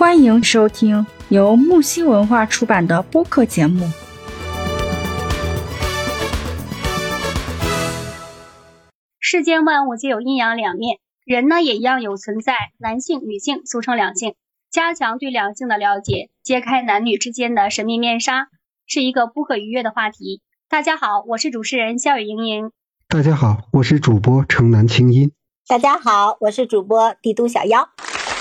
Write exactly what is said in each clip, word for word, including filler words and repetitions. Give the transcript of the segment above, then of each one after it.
欢迎收听由木西文化出版的播客节目。 世间万物皆有阴阳两面，人呢也一样有存在男性、女性，俗称两性。加强对两性的了解，揭开男女之间的神秘面纱，是一个不可逾越的话题。大家好，我是主持人肖雨莹莹。 大家好，我是主播城南青音。 大家好，我是主播帝都小妖。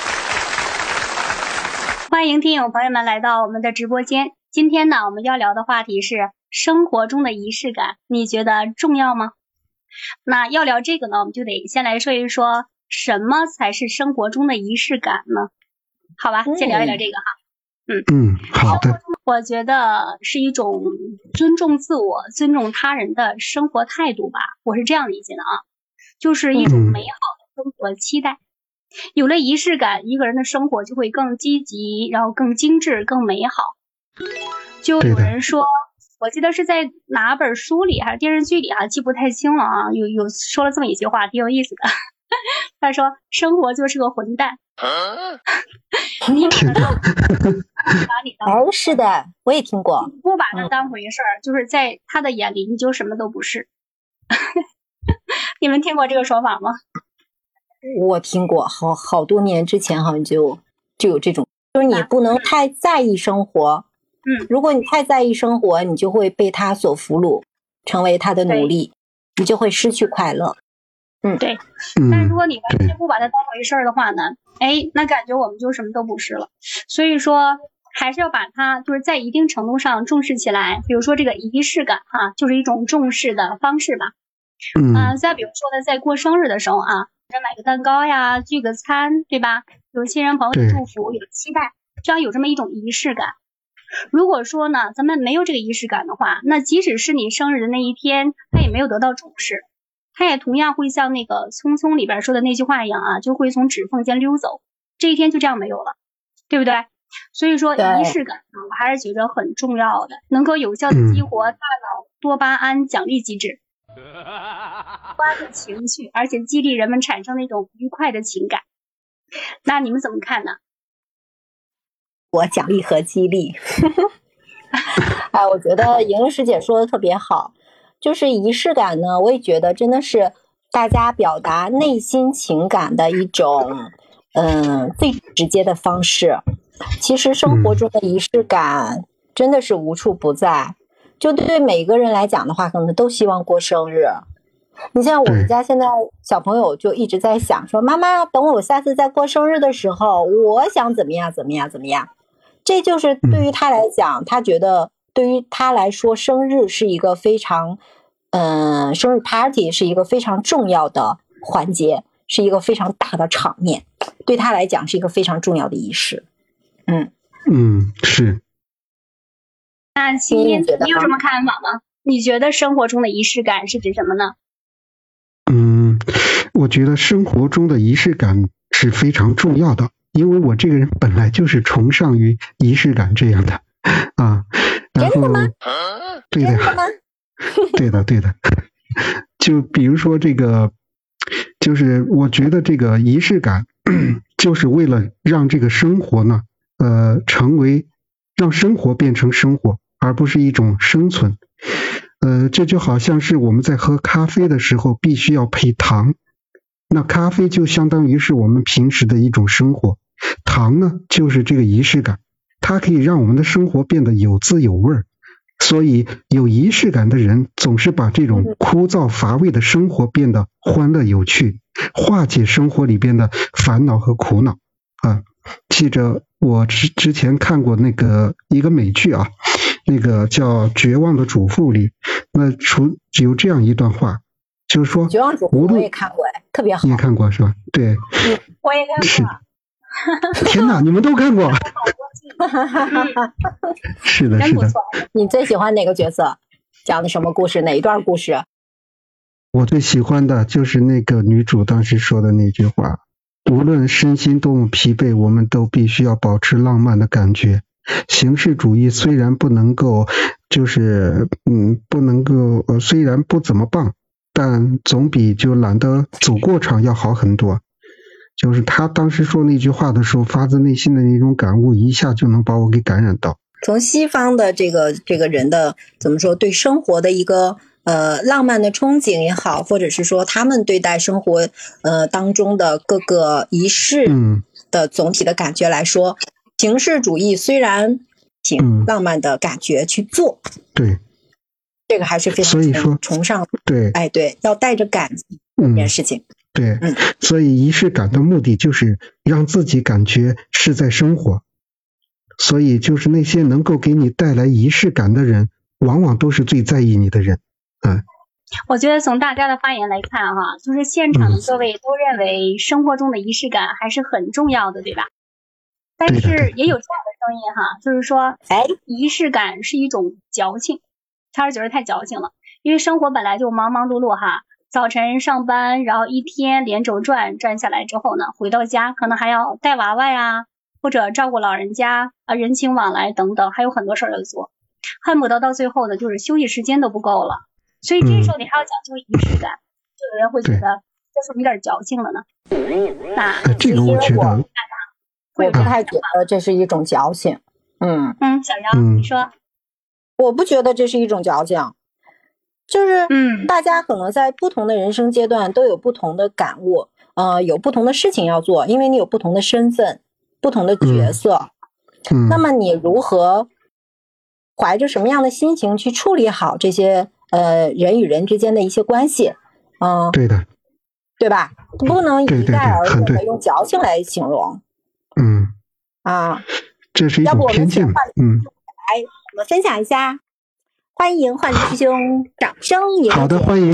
欢迎听友朋友们来到我们的直播间。今天呢，我们要聊的话题是生活中的仪式感，你觉得重要吗？那要聊这个呢，我们就得先来说一说什么才是生活中的仪式感呢？好吧，先聊一聊这个哈。 嗯嗯，好的。 我觉得是一种尊重自我、尊重他人的生活态度吧，我是这样理解的啊，就是一种美好的生活期待。有了仪式感，一个人的生活就会更积极，然后更精致、更美好。就有人说，我记得是在哪本书里还是电视剧里啊，记不太清了啊，有有说了这么一句话，挺有意思的。他说：“生活就是个混蛋。啊”你把它当把你当哦，是的，我也听过。 不把它当回事儿，嗯，就是在他的眼里，你就什么都不是。你们听过这个说法吗？ 我听过，好好多年之前好像就就有这种，就是你不能太在意生活。 嗯， 如果你太在意生活，你就会被他所俘虏，成为他的奴隶，你就会失去快乐。嗯， 对。但如果你完全不把它当回事儿的话呢，哎，那感觉我们就什么都不是了。所以说，还是要把它就是在一定程度上重视起来。比如说这个仪式感哈，就是一种重视的方式吧。 嗯。 啊、呃，再比如说呢，在过生日的时候啊，买个蛋糕呀，聚个餐，对吧？有亲人朋友的祝福，有期待，这样有这么一种仪式感。如果说呢，咱们没有这个仪式感的话，那即使是你生日的那一天，他也没有得到重视，他也同样会像那个《匆匆》里边说的那句话一样啊，就会从指缝间溜走，这一天就这样没有了，对不对？所以说仪式感我还是觉得很重要的，能够有效的激活大脑多巴胺奖励机制，欢乐情绪，而且激励人们产生那种愉快的情感。那你们怎么看呢？ 我奖励和激励。哎，我觉得莹莹师姐说的特别好，就是仪式感呢，我也觉得真的是大家表达内心情感的一种嗯最直接的方式。其实生活中的仪式感真的是无处不在，就对每个人来讲的话，可能都希望过生日。你像我们家现在小朋友就一直在想说，妈妈等我下次再过生日的时候，我想怎么样怎么样怎么样。这就是对于他来讲，他觉得对于他来说，生日是一个非常嗯，生日 party 是一个非常重要的环节，是一个非常大的场面，对他来讲是一个非常重要的仪式。嗯嗯，是。 那青音，你有什么看法吗？你觉得生活中的仪式感是指什么呢？ 嗯，我觉得生活中的仪式感是非常重要的，因为我这个人本来就是崇尚于仪式感这样的啊。然后真的吗？ 对的。 真的吗？ 对的，对的。就比如说这个，就是我觉得这个仪式感，就是为了让这个生活呢，呃，成为让生活变成生活，而不是一种生存。呃，这就好像是我们在喝咖啡的时候必须要配糖，那咖啡就相当于是我们平时的一种生活，糖呢就是这个仪式感，它可以让我们的生活变得有滋有味儿。所以有仪式感的人总是把这种枯燥乏味的生活变得欢乐有趣，化解生活里边的烦恼和苦恼啊。记着我之之前看过那个一个美剧啊，那个叫《绝望的主妇》里，那除有这样一段话，就是说绝望主妇我也看过，哎，特别好。 你也看过是吧？对， 我也看过。 是。天哪，你们都看过？是的，是的。 你最喜欢哪个角色？讲的什么故事？哪一段故事？ 我最喜欢的就是那个女主当时说的那句话：无论身心多么疲惫，我们都必须要保持浪漫的感觉。形式主义虽然不能够，就是嗯，不能够，呃，虽然不怎么棒，但总比就懒得走过场要好很多。 就是他当时说那句话的时候，发自内心的那种感悟，一下就能把我给感染到。 从西方的这个这个人的怎么说，对生活的一个呃浪漫的憧憬也好，或者是说他们对待生活呃当中的各个仪式的总体的感觉来说，嗯、形式主义虽然挺浪漫的感觉去做， 嗯、对， 这个还是非常所以说崇尚， 对， 哎对，要带着感激这件事情。 嗯对， 嗯， 所以仪式感的目的就是让自己感觉是在生活，所以就是那些能够给你带来仪式感的人，往往都是最在意你的人。嗯， 我觉得从大家的发言来看哈，就是现场的各位都认为生活中的仪式感还是很重要的，对吧？但是也有这样的声音哈，就是说，哎，仪式感是一种矫情，他是觉得太矫情了，因为生活本来就忙忙碌碌哈。早晨上班，然后一天连轴转转下来之后呢，回到家可能还要带娃娃呀，或者照顾老人家啊，人情往来等等，还有很多事儿要做，恨不得到最后呢，就是休息时间都不够了。所以这时候你还要讲究仪式感，就有人会觉得这是不是有点矫情了呢？那这个我觉得， 我不太觉得这是一种矫情。嗯嗯，小杨、嗯、你说， 我不觉得这是一种矫情。就是，嗯，大家可能在不同的人生阶段都有不同的感悟，呃，有不同的事情要做，因为你有不同的身份、不同的角色。 嗯， 那么你如何怀着什么样的心情去处理好这些呃人与人之间的一些关系？嗯、呃， 对的， 对吧？不能一概而论的用矫情来形容。 嗯， 啊， 这是一种偏见。嗯， 来，我们分享一下。欢迎幻师兄，掌声迎接。 好的，欢迎。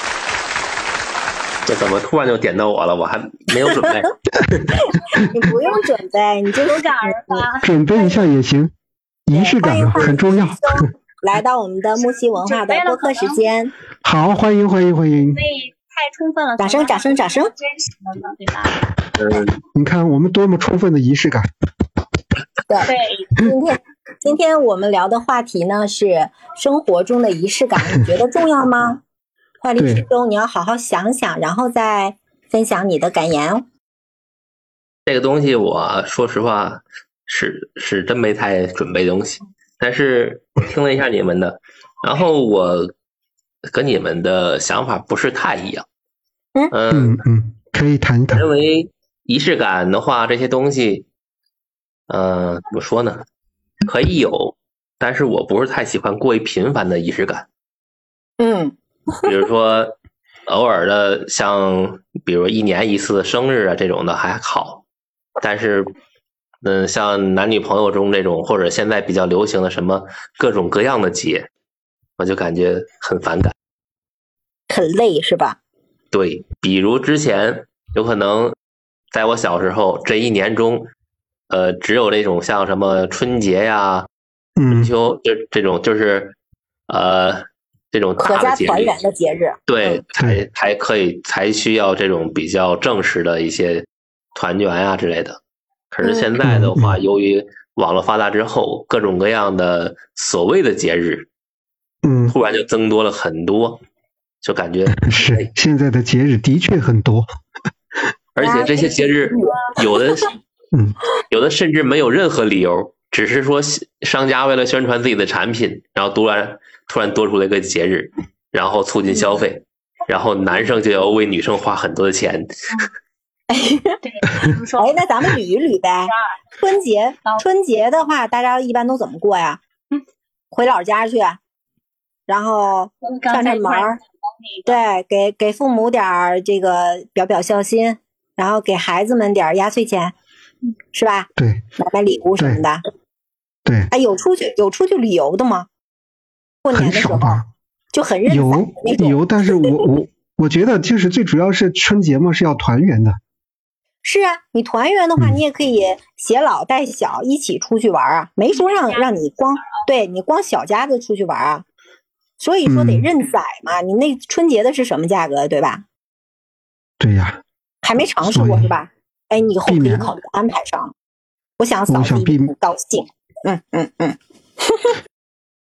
这怎么突然就点到我了？我还没有准备。 你不用准备，你就有感而发。 准备一下也行，仪式感很重要。 来到我们的木西文化的播客时间。 好，欢迎欢迎欢迎。 所以太充分了， 掌声掌声掌声。 真实的呢，对吧？ 嗯， 你看我们多么充分的仪式感。 对，今天今天我们聊的话题呢是生活中的仪式感，你觉得重要吗？坏力师兄，你要好好想想，然后再分享你的感言哦。 这个东西我说实话是是真没太准备东西，但是听了一下你们的，然后我跟你们的想法不是太一样。 嗯嗯嗯，可以谈一谈。 认为仪式感的话，这些东西。呃，怎么说呢？可以有，但是我不是太喜欢过于频繁的仪式感。 嗯， 比如说偶尔的，像比如一年一次的生日啊这种的还好，但是，嗯，像男女朋友中这种，或者现在比较流行的什么各种各样的节，我就感觉很反感， 很累是吧？ 对，比如之前有可能在我小时候这一年中。呃，只有那种像什么春节呀、中秋，这、嗯、这种就是呃这种大的节日， 合家团圆的节日， 对，嗯、才才可以才需要这种比较正式的一些团圆啊之类的。可是现在的话，嗯、由于网络发达之后，各种各样的所谓的节日， 嗯， 突然就增多了很多，就感觉是现在的节日的确很多， 而且这些节日有的。 嗯， 有的甚至没有任何理由，只是说商家为了宣传自己的产品，然后突然突然多出了一个节日，然后促进消费，然后男生就要为女生花很多的钱。 哎，那咱们捋一捋呗。春节，春节的话，大家一般都怎么过呀？回老家去，然后串串门儿，对，给给父母点儿这个表表孝心，然后给孩子们点儿压岁钱。是吧？ 对， 买买礼物什么的。 对， 哎，有出去有出去旅游的吗？过年的时候就很认有有，但是我我我觉得就是最主要是春节嘛是要团圆的。 是啊，你团圆的话，嗯、你也可以携老带小一起出去玩啊，没说让让你光对你光小家子出去玩啊。所以说得认宰嘛，嗯、你那春节的是什么价格，对吧？ 对呀， 还没尝试过是吧？哎，你以后可以考虑安排上。我想嫂子一定很高兴。嗯嗯嗯。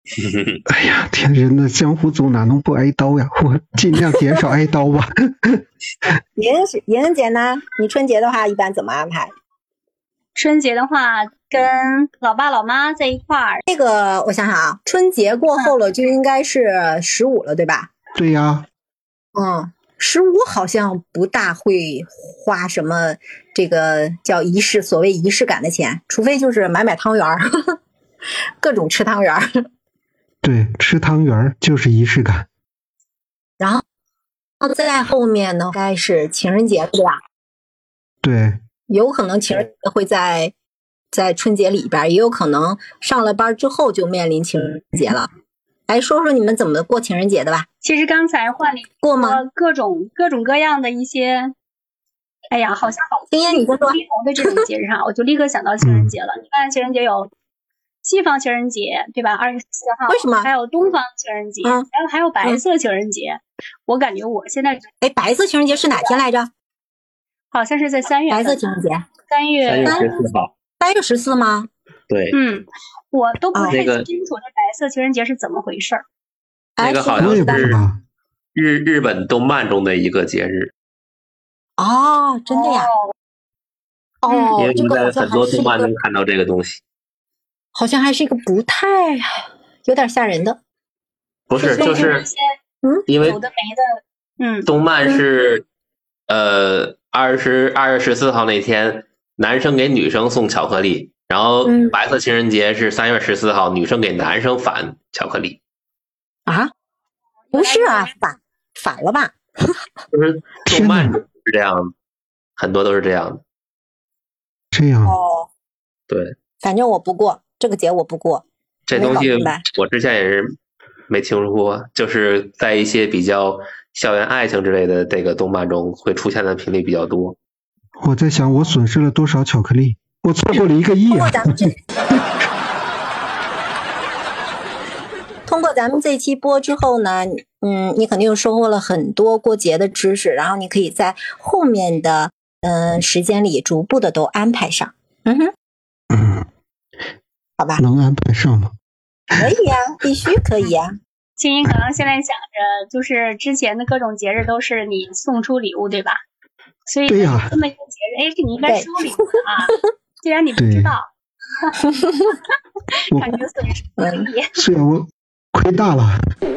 哎呀，天，人的江湖走哪能不挨刀呀？我尽量减少挨刀吧。 莹莹莹姐呢？你春节的话一般怎么安排？ 春节的话，跟老爸老妈在一块儿。 这个我想想啊，春节过后了就应该是十五了，对吧？ 对呀。 嗯，十五好像不大会花什么这个叫仪式，所谓仪式感的钱，除非就是买买汤圆儿，各种吃汤圆儿。 对，吃汤圆儿就是仪式感。 然后在后面呢，该是情人节，对吧？ 对。 有可能情人节会在在春节里边，也有可能上了班之后就面临情人节了。来说说你们怎么过情人节的吧。 其实刚才换了过吗？ 各种各种各样的一些，哎呀，好像好今天你说说不同的这种节日哈，我就立刻想到情人节了。你看情人节有西方情人节，对吧？二十四号。 为什么？ 还有东方情人节， 嗯、 还有还有白色情人节。嗯、我感觉我现在哎，白色情人节是哪天来着？ 好像是在三月。 白色情人节， 三月三月十四号。 三月十四吗？ 对。 嗯，我都不太清楚这白色情人节是怎么回事儿。 那个好像是日日本动漫中的一个节日。 哦，真的呀？哦， 因为你在很多动漫中看到这个东西。 好像还是一个不太有点吓人的。 不是，就是嗯， 因为有的没的，嗯， 动漫是。呃，二十二月十四号那天，男生给女生送巧克力，然后白色情人节是三月十四号，女生给男生返巧克力。 啊？不是啊，反反了吧？ 就是动漫是这样的，很多都是这样的。 这样。 哦。 对。 反正我不过这个节，我不过。 这东西我之前也是没听说过，就是在一些比较。校园爱情之类的这个动漫中会出现的频率比较多。 我在想，我损失了多少巧克力？我错过了一个亿啊！ 通过咱们这期播之后呢，嗯，你肯定收获了很多过节的知识，然后你可以在后面的嗯、呃、时间里逐步的都安排上。嗯哼， 嗯， 好吧， 能安排上吗？ 可以呀、啊，必须可以呀、啊。 青音可能现在想着，就是之前的各种节日都是你送出礼物，对吧？所以对呀， 这么一个节日，哎，是你应该收礼物的啊。既然你不知道，感觉损失不利。 是啊，我亏大了。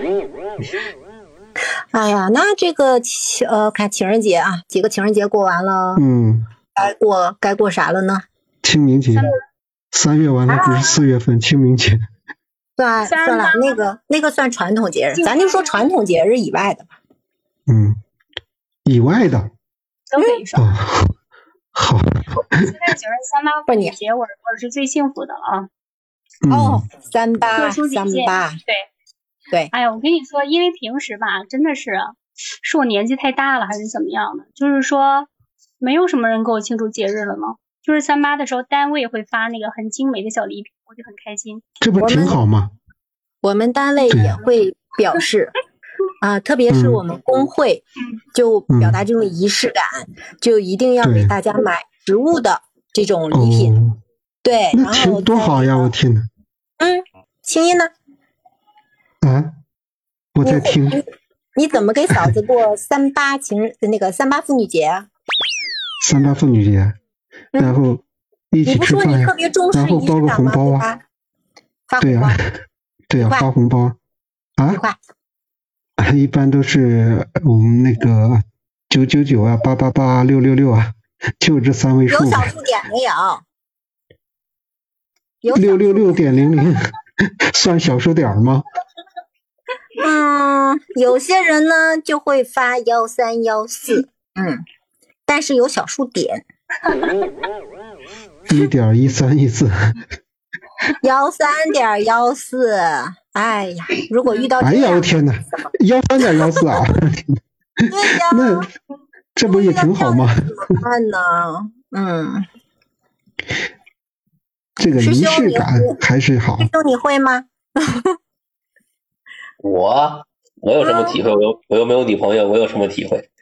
哎呀，那这个呃，看情人节啊，几个情人节过完了， 嗯， 该过该过啥了呢？ 清明节，三月完了不是四月份清明节。 算算了，那个那个算传统节日，咱就说传统节日以外的吧。 嗯，以外的都可以说。 哦、好。 现在觉得三八妇女节，我我是最幸福的了啊。 嗯、 哦，三八三八， 对对。 哎呀，我跟你说，因为平时吧，真的是是我年纪太大了，还是怎么样的？就是说，没有什么人给我庆祝节日了呢。就是三八的时候，单位会发那个很精美的小礼品，我就很开心。 这不挺好吗？ 我们, 我们单位也会表示啊、呃，特别是我们工会，嗯、就表达这种仪式感，嗯、就一定要给大家买实物的这种礼品。哦、对，然后多好呀！我天哪！ 嗯，青音呢？ 啊，我在听。 你, 你怎么给嫂子过三八情人那个三八妇女节啊？ 三八妇女节。然后一起吃饭呀，然后包个红包啊，对呀，对呀，发红包啊，一般都是我们那个九九九啊，八八八，六六六啊，就这三位数。 有小数点没有？ 六六六点零零算小数点吗？ 嗯，有些人呢就会发幺三幺四，嗯，但是有小数点。 一点一三一四， 幺三点幺四，哎呀，如果遇到哎呀，我天哪，幺三点幺四啊！ 对呀， 那这不也挺好吗？ 怎么办呢？嗯， 这个仪式感还是好。 师兄，你会吗？ 我我有什么体会？我又我又没有女朋友，我有什么体会？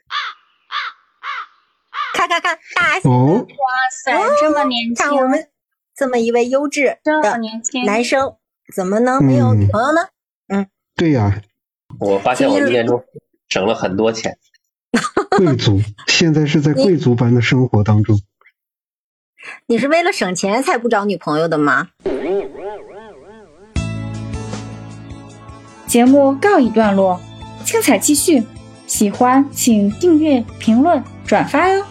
看看看，大哦！ 哇塞，这么年轻！ 看我们这么一位优质的年轻男生， 怎么能没有女朋友呢？嗯， 嗯对呀、啊。 我发现我一年中省了很多钱。 贵族现在是在贵族般的生活当中。 你是为了省钱才不找女朋友的吗？ 节目告一段落，精彩继续。喜欢请订阅、评论、转发哟。